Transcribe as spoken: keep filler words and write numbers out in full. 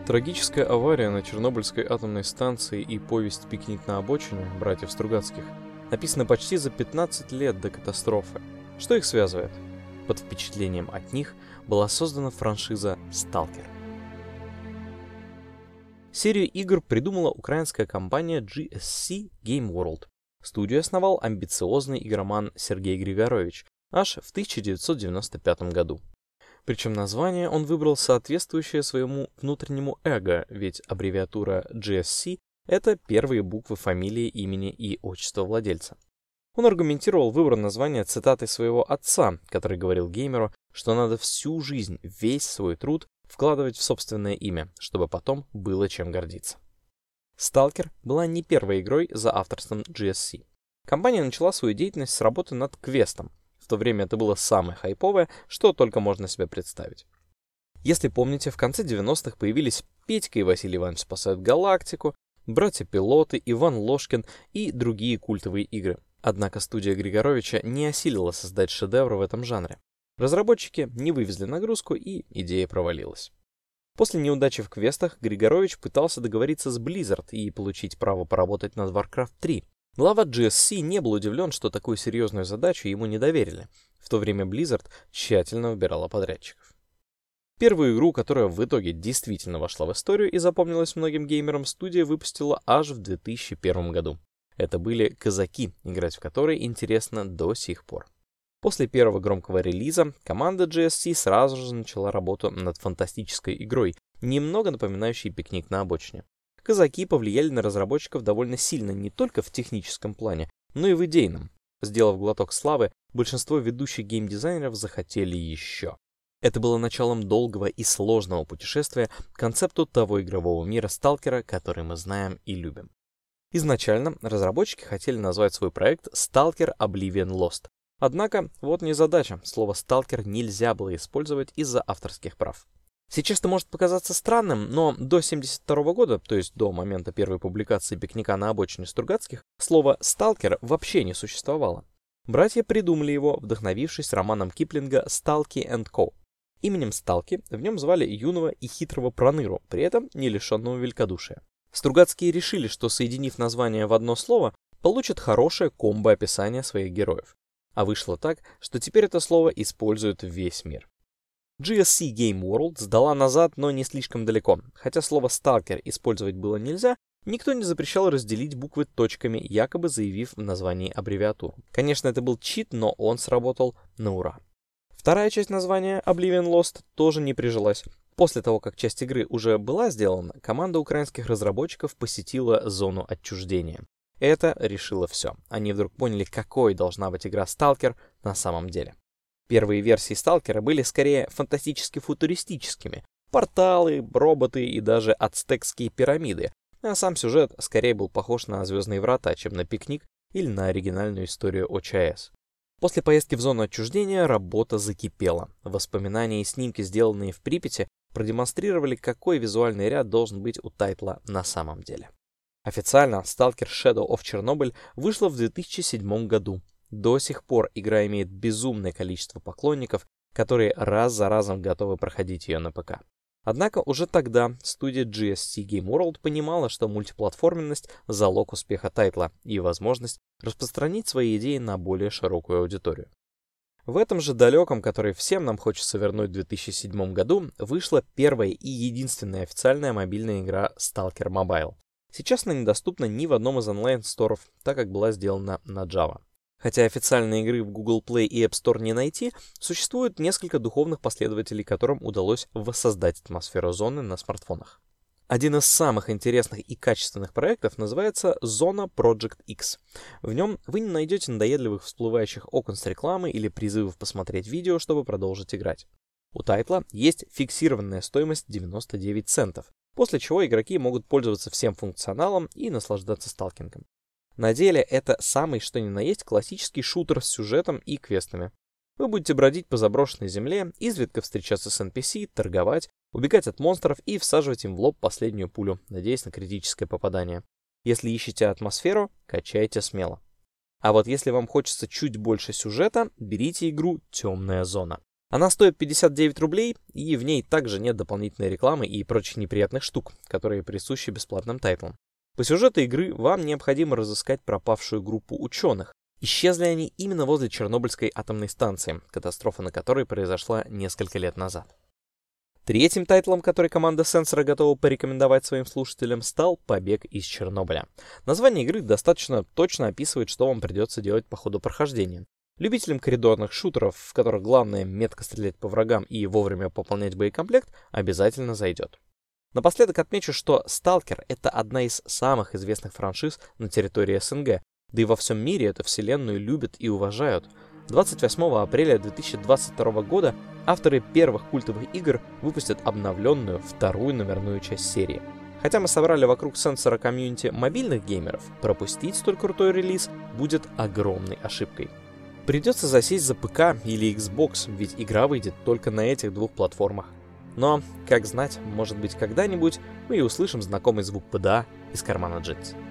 Трагическая авария на Чернобыльской атомной станции и повесть «Пикник на обочине» братьев Стругацких написаны почти за пятнадцать лет до катастрофы. Что их связывает? Под впечатлением от них была создана франшиза «Сталкер». Серию игр придумала украинская компания джи эс си Game World. Студию основал амбициозный игроман Сергей Григорович аж в тысяча девятьсот девяносто пятом году. Причем название он выбрал соответствующее своему внутреннему эго, ведь аббревиатура джи эс си — это первые буквы фамилии, имени и отчества владельца. Он аргументировал выбор названия цитатой своего отца, который говорил геймеру, что надо всю жизнь, весь свой труд вкладывать в собственное имя, чтобы потом было чем гордиться. Stalker была не первой игрой за авторством джи эс си. Компания начала свою деятельность с работы над квестом. В то время это было самое хайповое, что только можно себе представить. Если помните, в конце девяностых появились Петька и Василий Иванович спасают галактику, братья-пилоты, Иван Ложкин и другие культовые игры. Однако студия Григоровича не осилила создать шедевр в этом жанре. Разработчики не вывезли нагрузку, и идея провалилась. После неудачи в квестах Григорович пытался договориться с Blizzard и получить право поработать над Warcraft три. Глава джи эс си не был удивлен, что такую серьезную задачу ему не доверили. В то время Blizzard тщательно выбирала подрядчиков. Первую игру, которая в итоге действительно вошла в историю и запомнилась многим геймерам, студия выпустила аж в две тысячи первом году. Это были «Казаки», играть в которые интересно до сих пор. После первого громкого релиза команда джи эс си сразу же начала работу над фантастической игрой, немного напоминающей «Пикник на обочине». «Казаки» повлияли на разработчиков довольно сильно не только в техническом плане, но и в идейном. Сделав глоток славы, большинство ведущих геймдизайнеров захотели еще. Это было началом долгого и сложного путешествия к концепту того игрового мира Сталкера, который мы знаем и любим. Изначально разработчики хотели назвать свой проект Stalker Oblivion Lost. Однако, вот незадача, слово «сталкер» нельзя было использовать из-за авторских прав. Сейчас это может показаться странным, но до семьдесят второго года, то есть до момента первой публикации «Пикника на обочине» Стругацких, слово «сталкер» вообще не существовало. Братья придумали его, вдохновившись романом Киплинга «Сталки энд Ко». Именем Сталки в нем звали юного и хитрого проныру, при этом не лишенного великодушия. Стругацкие решили, что, соединив название в одно слово, получат хорошее комбо-описание своих героев. А вышло так, что теперь это слово использует весь мир. джи эс си Game World сдала назад, но не слишком далеко. Хотя слово «сталкер» использовать было нельзя, никто не запрещал разделить буквы точками, якобы заявив в названии аббревиатуру. Конечно, это был чит, но он сработал на ура. Вторая часть названия Oblivion Lost тоже не прижилась. После того, как часть игры уже была сделана, команда украинских разработчиков посетила зону отчуждения. Это решило все. Они вдруг поняли, какой должна быть игра Stalker на самом деле. Первые версии Сталкера были скорее фантастически-футуристическими. Порталы, роботы и даже ацтекские пирамиды. А сам сюжет скорее был похож на «Звездные врата», чем на «Пикник» или на оригинальную историю о ЧАЭС. После поездки в зону отчуждения работа закипела. Воспоминания и снимки, сделанные в Припяти, продемонстрировали, какой визуальный ряд должен быть у тайтла на самом деле. Официально Stalker Shadow of Chernobyl вышла в две тысячи седьмом году. До сих пор игра имеет безумное количество поклонников, которые раз за разом готовы проходить ее на ПК. Однако уже тогда студия джи эс си Game World понимала, что мультиплатформенность — залог успеха тайтла и возможность распространить свои идеи на более широкую аудиторию. В этом же далеком, который всем нам хочется вернуть в две тысячи седьмом году, вышла первая и единственная официальная мобильная игра Stalker Mobile. Сейчас она недоступна ни в одном из онлайн-сторов, так как была сделана на Java. Хотя официальной игры в Google Play и App Store не найти, существует несколько духовных последователей, которым удалось воссоздать атмосферу зоны на смартфонах. Один из самых интересных и качественных проектов называется Zona Project X. В нем вы не найдете надоедливых всплывающих окон с рекламой или призывов посмотреть видео, чтобы продолжить играть. У тайтла есть фиксированная стоимость девяносто девять центов, после чего игроки могут пользоваться всем функционалом и наслаждаться сталкингом. На деле это самый что ни на есть классический шутер с сюжетом и квестами. Вы будете бродить по заброшенной земле, изредка встречаться с эн пи си, торговать, убегать от монстров и всаживать им в лоб последнюю пулю, надеясь на критическое попадание. Если ищете атмосферу, качайте смело. А вот если вам хочется чуть больше сюжета, берите игру «Темная зона». Она стоит пятьдесят девять рублей, и в ней также нет дополнительной рекламы и прочих неприятных штук, которые присущи бесплатным тайтлам. По сюжету игры вам необходимо разыскать пропавшую группу ученых. Исчезли они именно возле Чернобыльской атомной станции, катастрофа на которой произошла несколько лет назад. Третьим тайтлом, который команда Сенсора готова порекомендовать своим слушателям, стал «Побег из Чернобыля». Название игры достаточно точно описывает, что вам придется делать по ходу прохождения. Любителям коридорных шутеров, в которых главное метко стрелять по врагам и вовремя пополнять боекомплект, обязательно зайдет. Напоследок отмечу, что «Сталкер» — это одна из самых известных франшиз на территории СНГ, да и во всем мире эту вселенную любят и уважают. двадцать восьмого апреля две тысячи двадцать второго года авторы первых культовых игр выпустят обновленную вторую номерную часть серии. Хотя мы собрали вокруг Сенсора комьюнити мобильных геймеров, пропустить столь крутой релиз будет огромной ошибкой. Придется засесть за ПК или Xbox, ведь игра выйдет только на этих двух платформах. Но, как знать, может быть когда-нибудь мы и услышим знакомый звук пэ дэ а из кармана джинс.